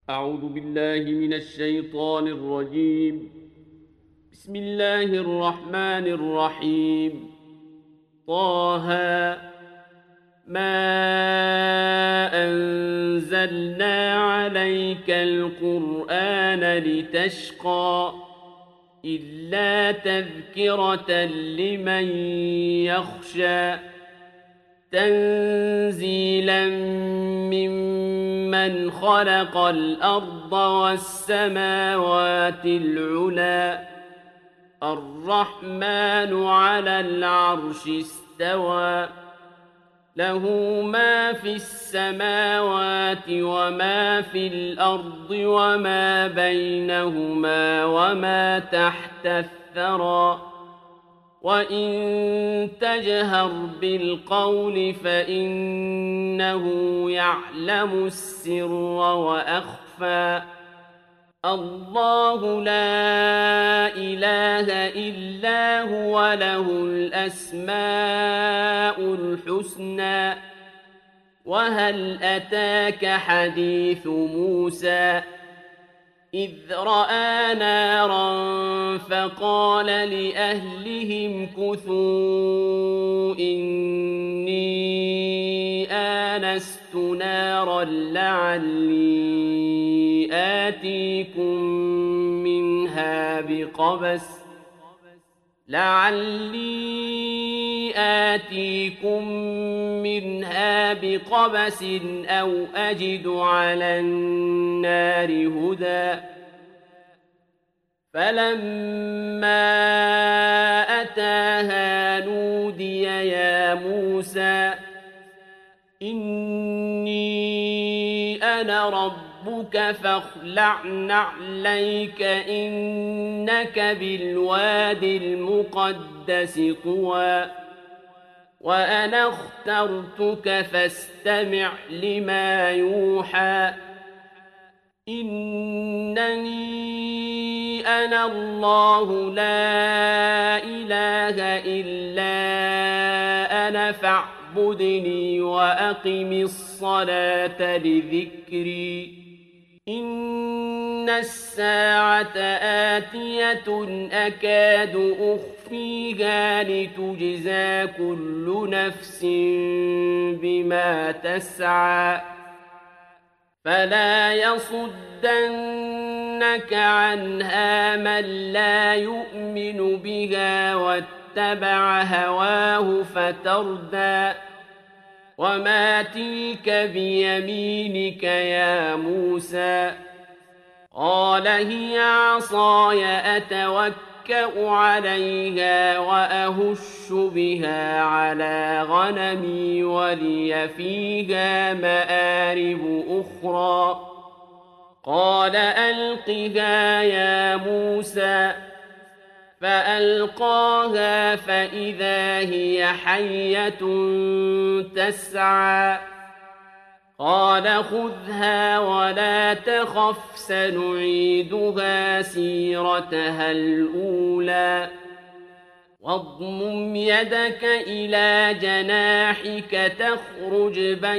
أعوذ بالله من الشيطان الرجيم. بسم الله الرحمن الرحيم. طه ما أنزلنا عليك القرآن لتشقى إلا تذكرة لمن يخشى تنزيلا ممن خلق الأرض والسماوات العلى الرحمن على العرش استوى له ما في السماوات وما في الأرض وما بينهما وما تحت الثرى وإن تجهر بالقول فإنه يعلم السر وأخفى الله لا إله إلا هو له الأسماء الحسنى وهل أتاك حديث موسى إذ رأى نارا فقال لأهلهم كثوا إني آنست نارا لعلي آتيكم منها بقبس أو أجد على النار هدى فلما أتاها نودي يا موسى إني أنا ربك فاخلع نعليك إنك بالواد المقدس طوى وأنا اخترتك فاستمع لما يوحى إنني أنا الله لا إله إلا أنا فاعبدني وأقم الصلاة لذكري إن الساعة آتية أكاد أخفيها لتجزى كل نفس بما تسعى فلا يصدنك عنها من لا يؤمن بها واتبع هواه فتردى وما تلك بيمينك يا موسى قال هي عصاي أتوكأ عليها وأهش بها على غنمي ولي فيها مآرب أخرى قال ألقها يا موسى فألقاها فإذا هي حية تسعى قال خذها ولا تخف سنعيدها سيرتها الأولى واضمم يدك إلى جناحك تخرج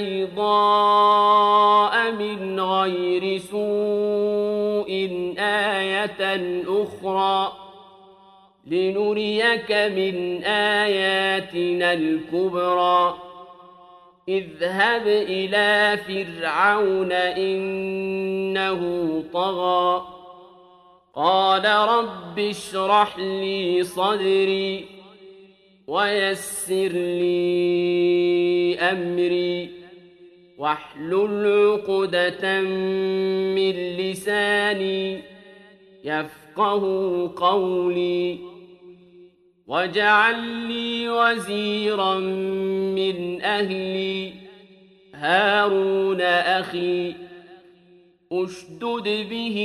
بيضاء من غير سوء آية أخرى لنريك من آياتنا الكبرى اذهب إلى فرعون إنه طغى قال رب اشرح لي صدري ويسر لي أمري واحلل عقدة من لساني يفقه قولي واجعل لي وزيرا من أهلي هارون أخي أشدد به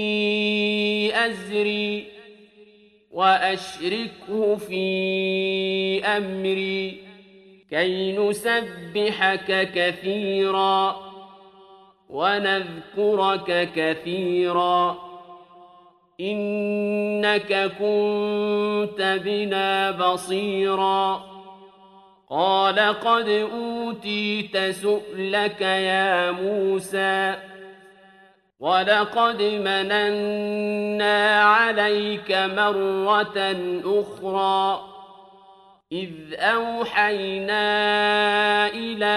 أزري وأشركه في أمري كي نسبحك كثيرا ونذكرك كثيرا إنك كنت بنا بصيرا قال قد أوتيت سؤلك يا موسى ولقد مننا عليك مرة أخرى إذ أوحينا إلى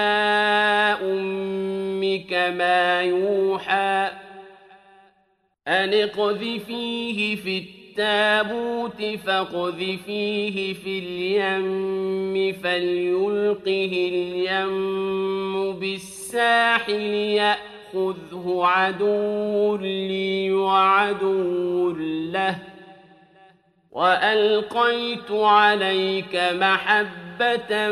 أمك ما يوحى أن اقذفيه في التابوت فاقذفيه في اليم فليلقه اليم بالساحل يأخذه عدو لي وعدو له وألقيت عليك محبة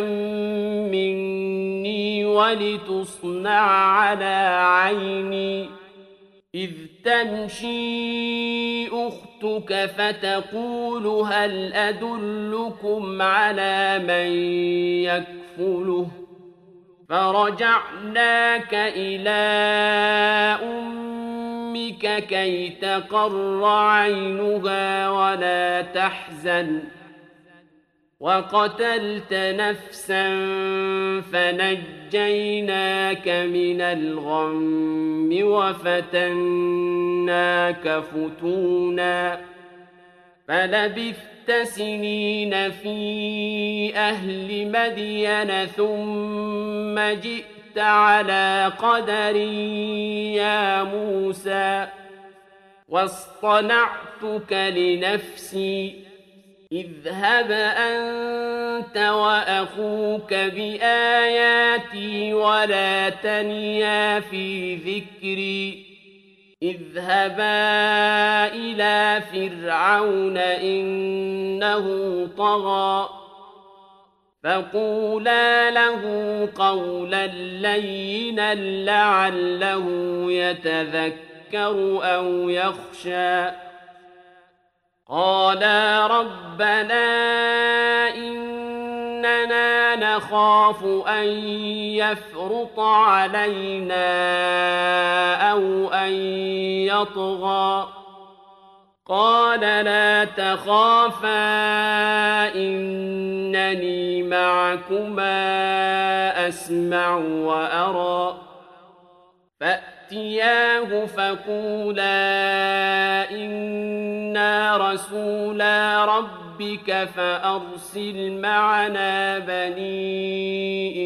مني ولتصنع على عيني إذ تمشي أختك فتقول هل أدلكم على من يكفله فرجعناك إلى أمك كي تقر عينها ولا تحزن وقتلت نفسا فنجيناك من الغم وفتناك فتونا فلبثت سنين في أهل مدين ثم جئت على قدر يا موسى واصطنعتك لنفسي اذهب أنت وأخوك بآياتي ولا تنيا في ذكري اذهبا إلى فرعون إنه طغى فقولا له قولا لينا لعله يتذكر أو يخشى قالا ربنا إننا نخاف أن يفرط علينا أو أن يطغى قال لا تخافا إنني معكما أسمع وأرى فأتياه فقولا إنا رسولا ربك فأرسل معنا بني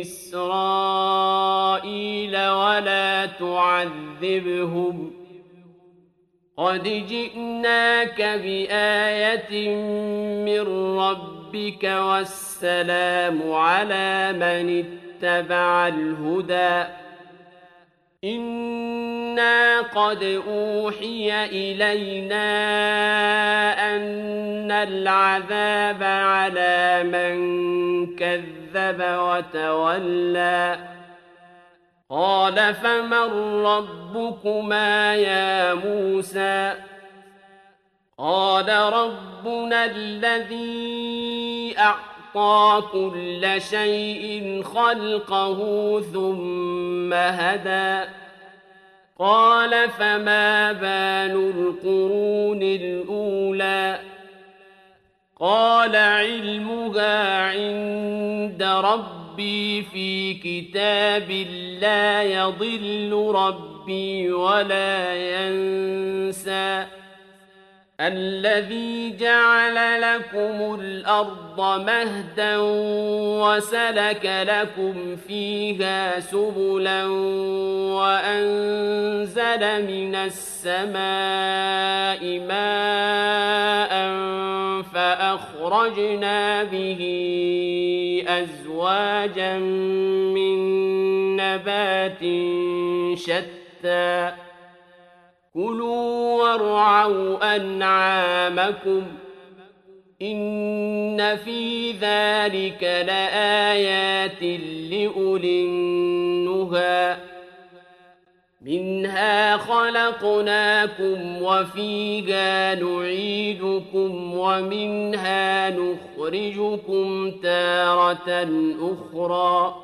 إسرائيل ولا تعذبهم قد جئناك بآية من ربك والسلام على من اتبع الهدى إنا قد أوحي إلينا أن العذاب على من كذب وتولى قال فمن ربكما يا موسى قال ربنا الذي أعطى كل شيء خلقه ثم هدى قال فما بال القرون الأولى قال علمها عند ربي في كتاب لا يضل ربي ولا ينسى الذي جعل لكم الأرض مهدا وسلك لكم فيها سبلا وأنزل من السماء ماء فأخرجنا به أزواجا من نبات شتى كلوا وارعوا أنعامكم إن في ذلك لآيات لأولي النهى منها خلقناكم وفيها نعيدكم ومنها نخرجكم تارة أخرى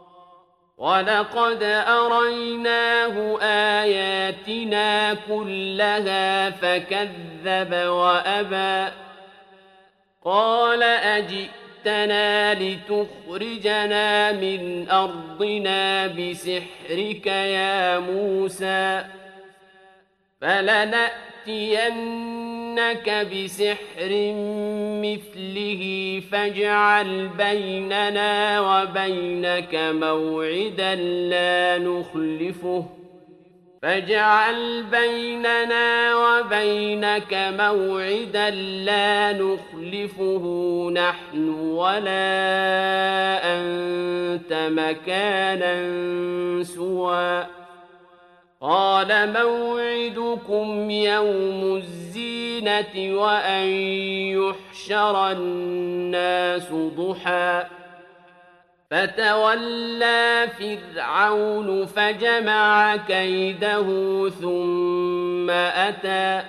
ولقد أريناه آياتنا كلها فكذب وأبى قال أجئتنا لتخرجنا من أرضنا بسحرك يا موسى فلنأتينك بسحر مثله فاجعل بيننا وبينك موعدا لا نخلفه نحن ولا أنت مكانا سوى قال موعدكم يوم الزينة وأن يحشر الناس ضحى فتولى فرعون فجمع كيده ثم أتى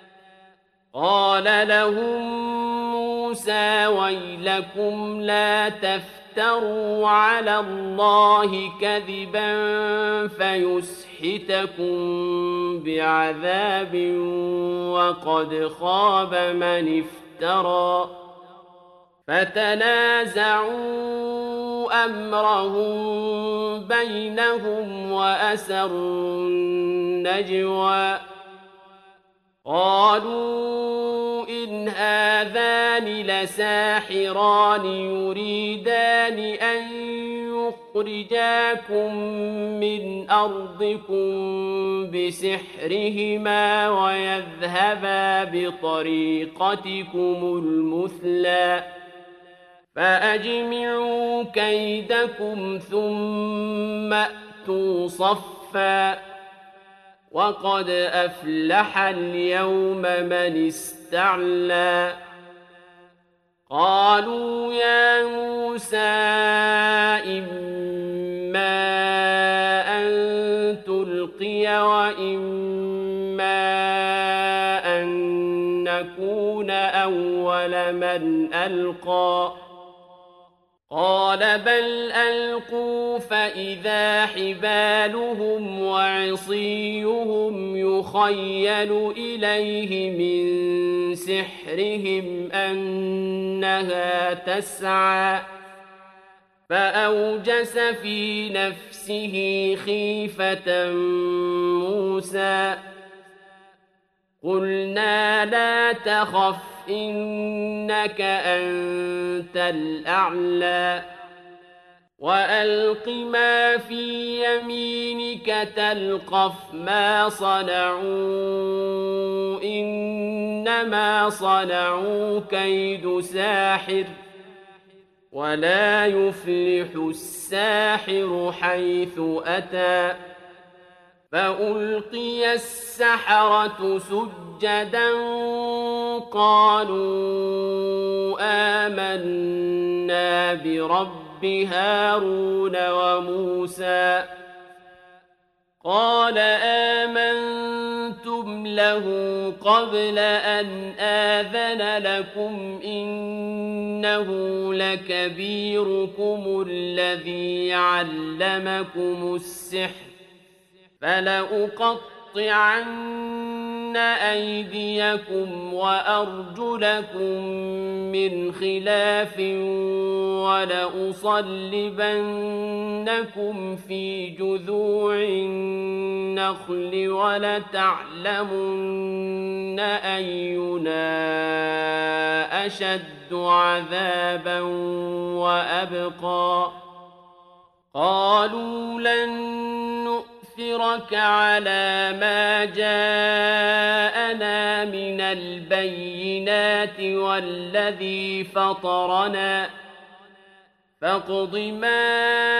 قال لهم موسى ويلكم لا تفتروا على الله كذبا فيسحتكم بعذاب وقد خاب من افترى فتنازعوا أمرهم بينهم وأسروا النجوى قالوا إن هذان لساحران يريدان أن يخرجاكم من أرضكم بسحرهما ويذهبا بطريقتكم المثلى فأجمعوا كيدكم ثم أتوا صفا وقد أفلح اليوم من استعلى قالوا يا موسى إما أن تلقي وإما أن نكون أول من ألقى قال بل ألقوا فإذا حبالهم وعصيهم يخيل إليه من سحرهم أنها تسعى فأوجس في نفسه خيفة موسى قلنا لا تخف إنك أنت الأعلى وألق ما في يمينك تلقف ما صنعوا إنما صنعوا كيد ساحر ولا يفلح الساحر حيث أتى فألقي السحرة سجدا قالوا آمنا برب هارون وموسى قال آمنتم له قبل أن آذن لكم إنه لكبيركم الذي علمكم السحر فلأقطعن أيديكم وأرجلكم من خلاف ولأصلبنكم في جذوع النخل ولتعلمن أينا أشد عذابا وأبقى قالوا لن نؤثرك على ما جاءنا من البينات والذي فطرنا فاقض ما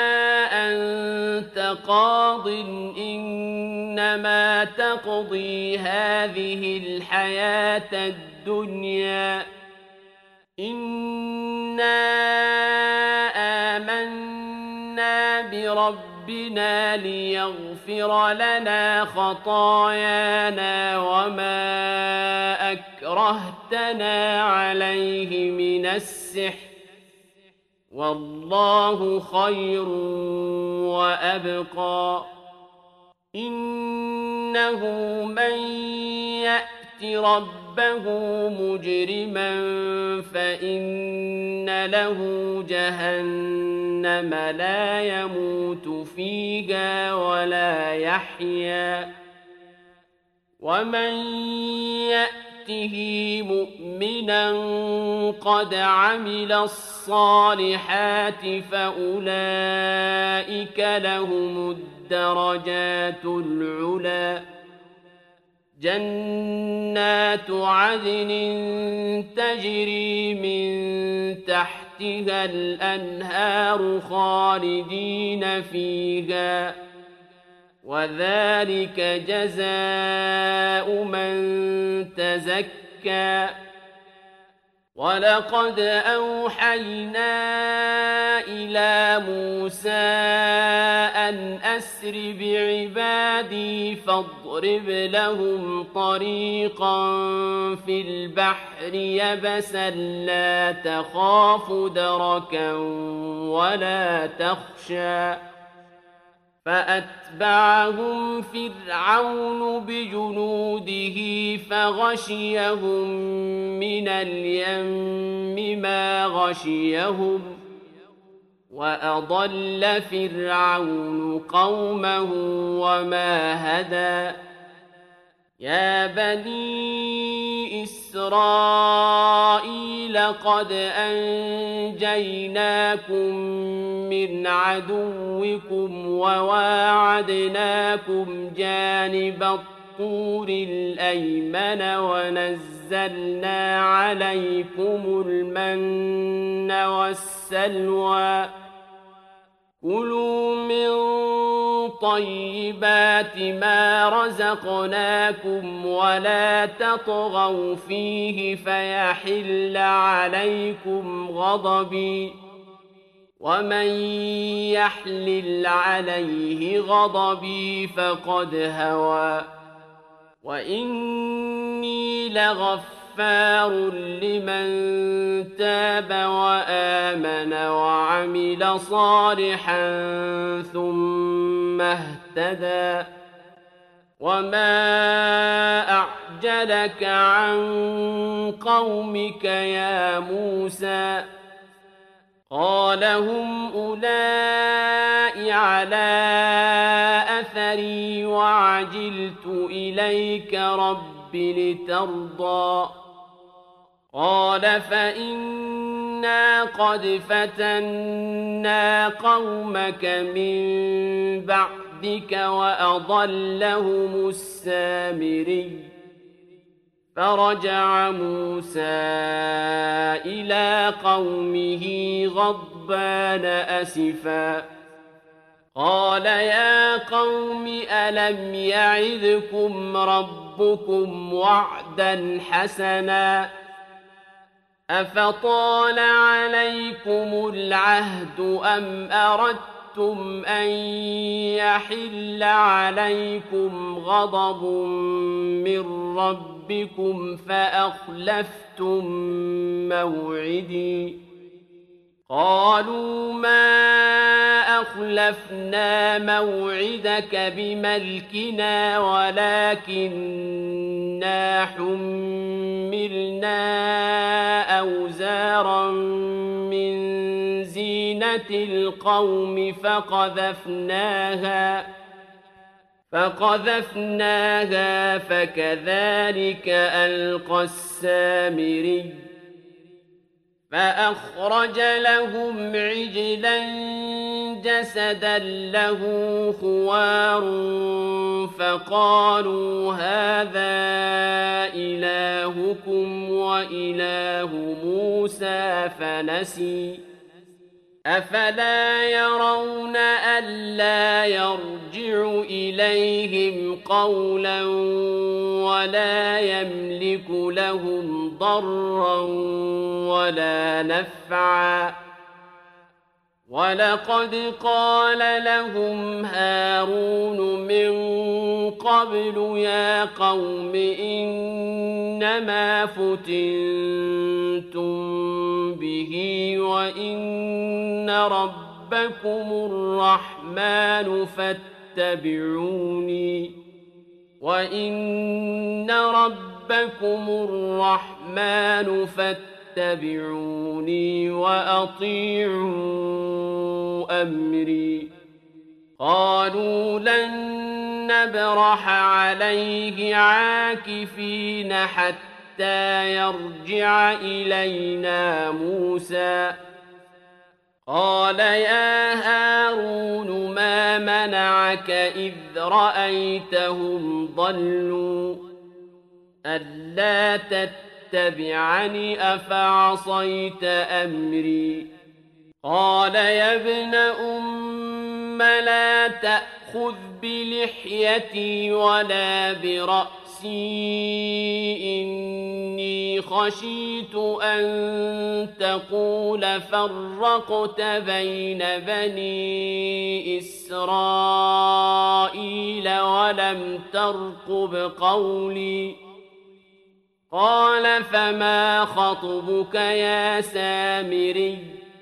أنت قاض إنما تقضي هذه الحياة الدنيا إنا آمنا بربنا ليغفر لنا خطايانا وما أكرهتنا عليه من السحر والله خير وأبقى إنه من يأت ربه مجرما فإن له جهنم لا يموت فيها ولا يحيا ومن يأته مؤمنا قد عمل الصالحات فأولئك لهم الدرجات العلى جنات عدن تجري من تحتها الأنهار خالدين فيها وذلك جزاء من تزكى ولقد أوحينا إلى موسى أن أسر بعبادي فاضرب لهم طريقا في البحر يبسا لا تخاف دركا ولا تخشى فأتبعهم فرعون بجنوده فغشيهم من اليم ما غشيهم وأضل فرعون قومه وما هدى يا بني إسرائيل قد أنجيناكم من عدوكم وواعدناكم جانب الطور الأيمن ونزلنا عليكم المن والسلوى كلوا من طيبات ما رزقناكم ولا تطغوا فيه فيحل عليكم غضبي ومن يحلل عليه غضبي فقد هوى وإني لغفار لمن تاب وآمن وعمل صالحا ثم اهتدى وما أعجلك عن قومك يا موسى قال هم أولئك على أثري وعجلت إليك رب لترضى قال فإنا قد فتنا قومك من بعدك وأضلهم السامري فرجع موسى إلى قومه غضبان أسفا قال يا قوم ألم يعدكم ربكم وعدا حسنا أفطال عليكم العهد أم أردتم أن يحل عليكم غضب من ربكم فأخلفتم موعدي قالوا ما أخلفنا موعدك بملكنا ولكننا حملنا أوزارا من زينة القوم فقذفناها فكذلك ألقى السامري فأخرج لهم عجلا جسدا له خوار فقالوا هذا إلهكم وإله موسى فنسي أفلا يرون ألا يرجع إليهم قولا ولا يملك لهم ضرا ولا نفعا ولقد قال لهم هارون من قبل يا قوم إنما فتنتم به وإن ربكم الرحمن فاتبعوني وأطيعوا أمري قالوا لن نبرح عليه عاكفين حتى يرجع إلينا موسى. قال يا هارون ما منعك إذ رأيتهم ضلوا ألا تتبعني أفعصيت أمري. قال يا ابن أم لا تأخذ بلحيتي ولا برأسي إني خشيت أن تقول فرقت بين بني إسرائيل ولم ترقب قولي. قال فما خطبك يا سامري؟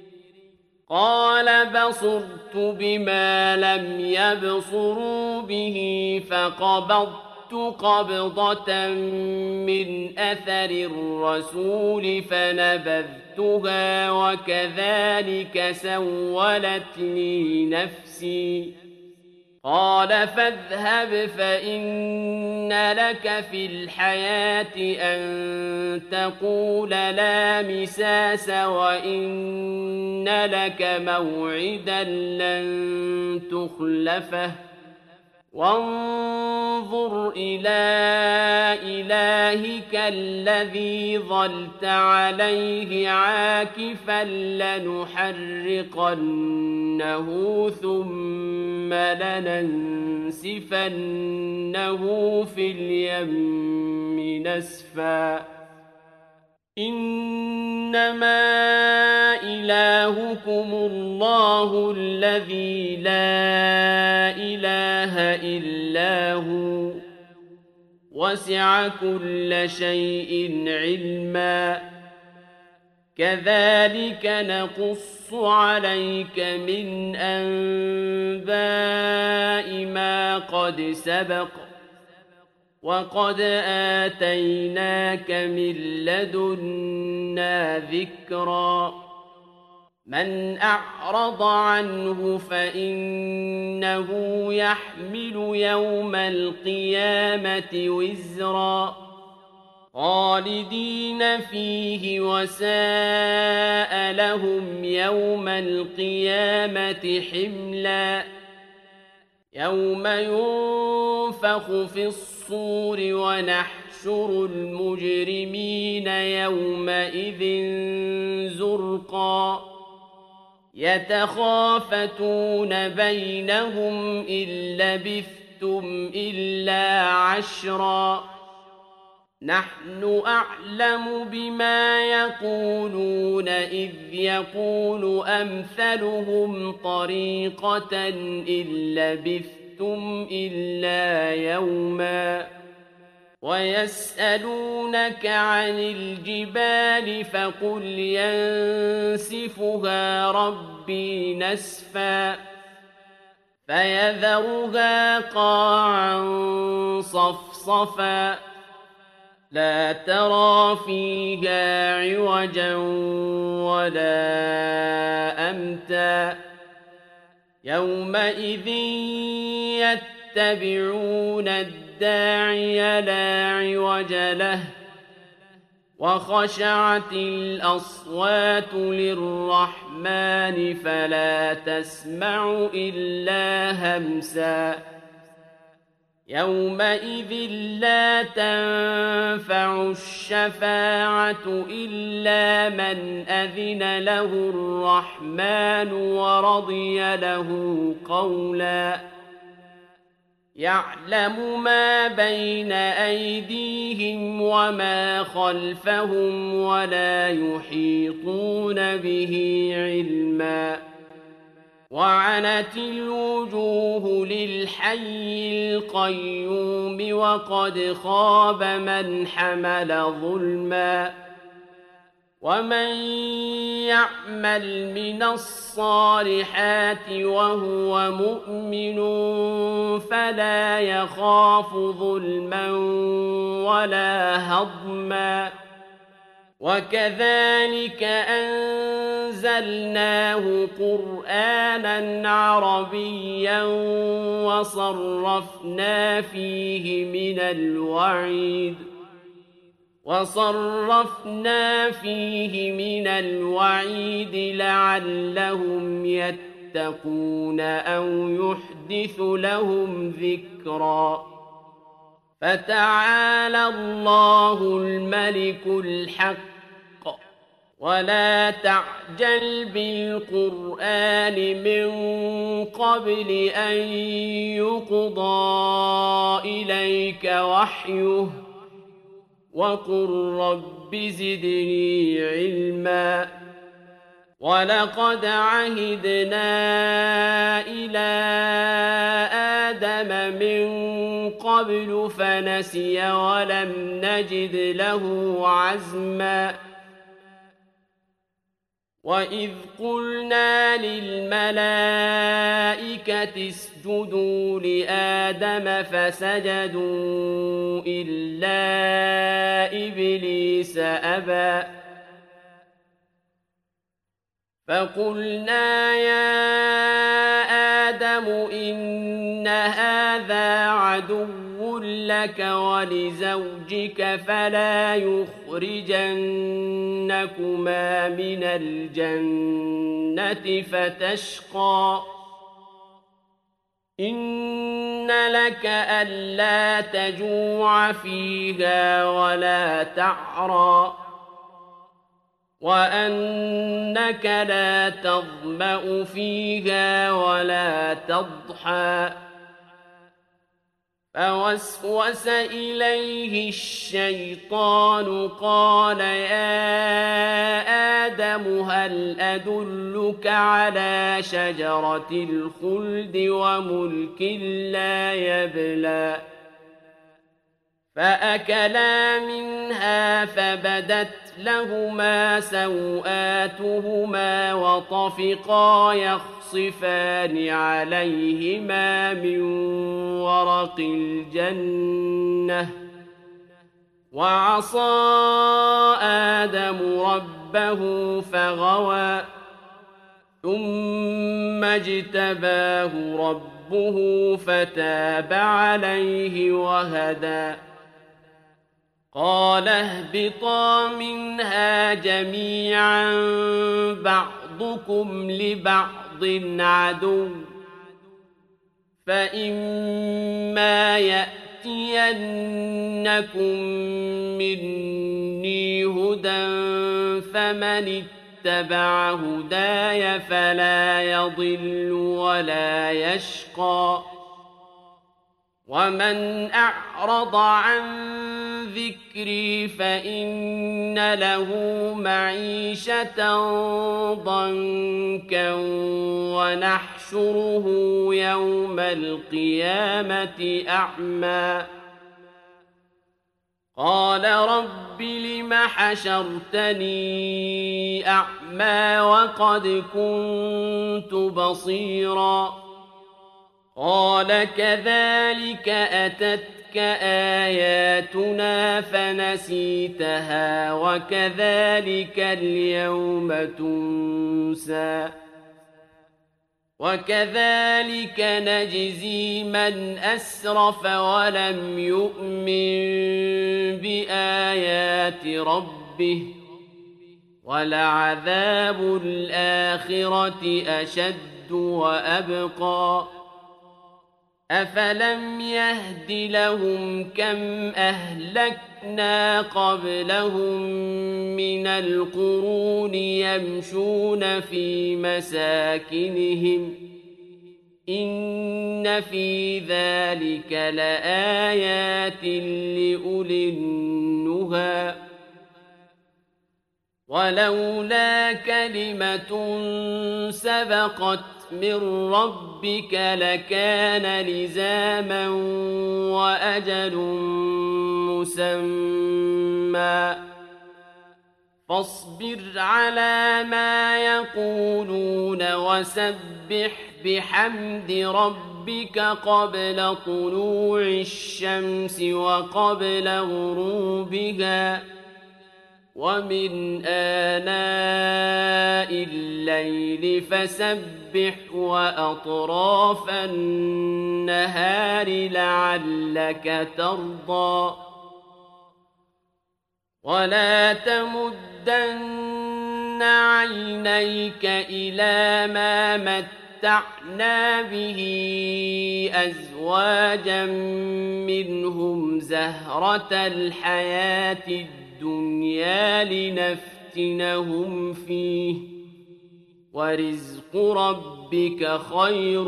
قال بصرت بما لم يبصروا به فقبضت قبضة من أثر الرسول فنبذتها وكذلك سولت لي نفسي. قال فاذهب فإن لك في الحياة أن تقول لا مساس وإن لك موعدا لن تخلفه وانظر إلى إلهك الذي ظلت عليه عاكفا لنحرقنه ثم لننسفنه في اليم نسفا. إنما إلهكم الله الذي لا إله إلا هو وسع كل شيء علما. كذلك نقص عليك من أنباء ما قد سبق وقد آتيناك من لدنا ذكرا. من أعرض عنه فإنه يحمل يوم القيامة وزرا خالدين فيه وساء لهم يوم القيامة حملا. يوم ينفخ في الصور ونحشر المجرمين يومئذ زرقا يتخافتون بينهم إن لبثتم إلا عشرا نحن أعلم بما يقولون إذ يقول أمثلهم طريقة إن لبثتم إلا يوما. ويسألونك عن الجبال فقل ينسفها ربي نسفا فيذرها قاعا صفصفا لا ترى فيها عوجا ولا أمتا. يومئذ يتبعون الداعي لا عوج له وخشعت الأصوات للرحمن فلا تسمع إلا همسا. يومئذ لا تنفع الشفاعة إلا من أذن له الرحمن ورضي له قولا. يعلم ما بين أيديهم وما خلفهم ولا يحيطون به علما. وعنت الوجوه للحي القيوم وقد خاب من حمل ظلما. ومن يعمل من الصالحات وهو مؤمن فلا يخاف ظلما ولا هضما. وكذلك أنزلناه قرآنا عربيا وصرفنا فيه من الوعيد لعلهم يتقون أو يحدث لهم ذكرا فتعالى الله الملك الحق ولا تعجل بالقرآن من قبل أن يقضى إليك وحيه وقل رب زدني علما ولقد عهدنا إلى آدم من قبل فنسي ولم نجد له عزما وإذ قلنا للملائكة اسجدوا لآدم فسجدوا إلا إبليس أبى فقلنا يا آدم إن هذا عدو لك ولزوجك فلا يخرجنكما من الجنة فتشقى إن لك ألا تجوع فيها ولا تعرى وأنك لا تظمأ فيها ولا تضحى فوسوس إليه الشيطان قال يا آدم هل أدلك على شجرة الخلد وملك لا يبلى فأكلا منها فبدت لهما سوآتهما وطفقا يخصفان عليهما من ورق الجنة وعصى آدم ربه فغوى ثم اجتباه ربه فتاب عليه وهدى قال اهبطا منها جميعا بعضكم لبعض عدو فإما يأتينكم مني هدى فمن اتبع هداي فلا يضل ولا يشقى ومن أعرض عن ذكري فإن له معيشة ضنكا ونحشره يوم القيامة أعمى قال رب لم حشرتني أعمى وقد كنت بصيرا قال كذلك أتتك آياتنا فنسيتها وكذلك اليوم تنسى وكذلك نجزي من أسرف ولم يؤمن بآيات ربه ولعذاب الآخرة أشد وأبقى أفلم يهد لهم كم أهلكنا قبلهم من القرون يمشون في مساكنهم إن في ذلك لآيات لأولي النهى ولولا كلمة سبقت من ربك لكان لزاما وأجل مسمى فاصبر على ما يقولون وسبح بحمد ربك قبل طلوع الشمس وقبل غروبها ومن آناء الليل فسبح وأطراف النهار لعلك ترضى ولا تمدن عينيك إلى ما متعنا به أزواجا منهم زهرة الحياة الدنيا لنفتنهم فيه ورزق ربك خير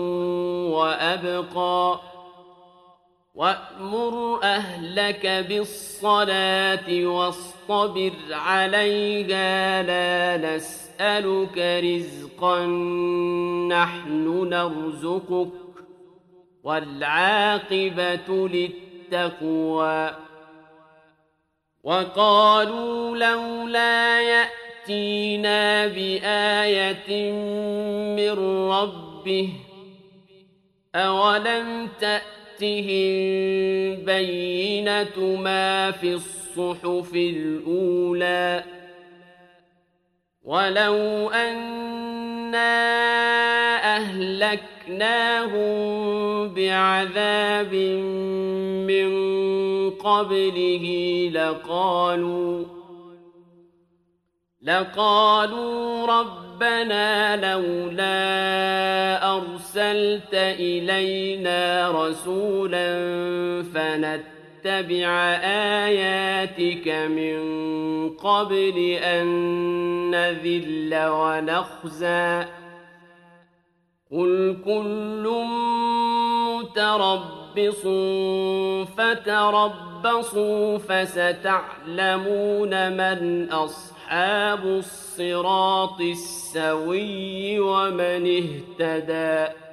وأبقى وأمر أهلك بالصلاة واصطبر عليها لا نسألك رزقا نحن نرزقك والعاقبة للتقوى وقالوا لولا يأتينا بآية من ربه أولم تأتهم بينة ما في الصحف الأولى ولو أنا أهلكناهم بعذاب من قبله لقالوا ربنا لولا أرسلت إلينا رسولا فنتبع آياتك من قبل أن نذل ونخزى قل كل متربص فتربصوا فستعلمون من أصحاب الصراط السوي ومن اهتدى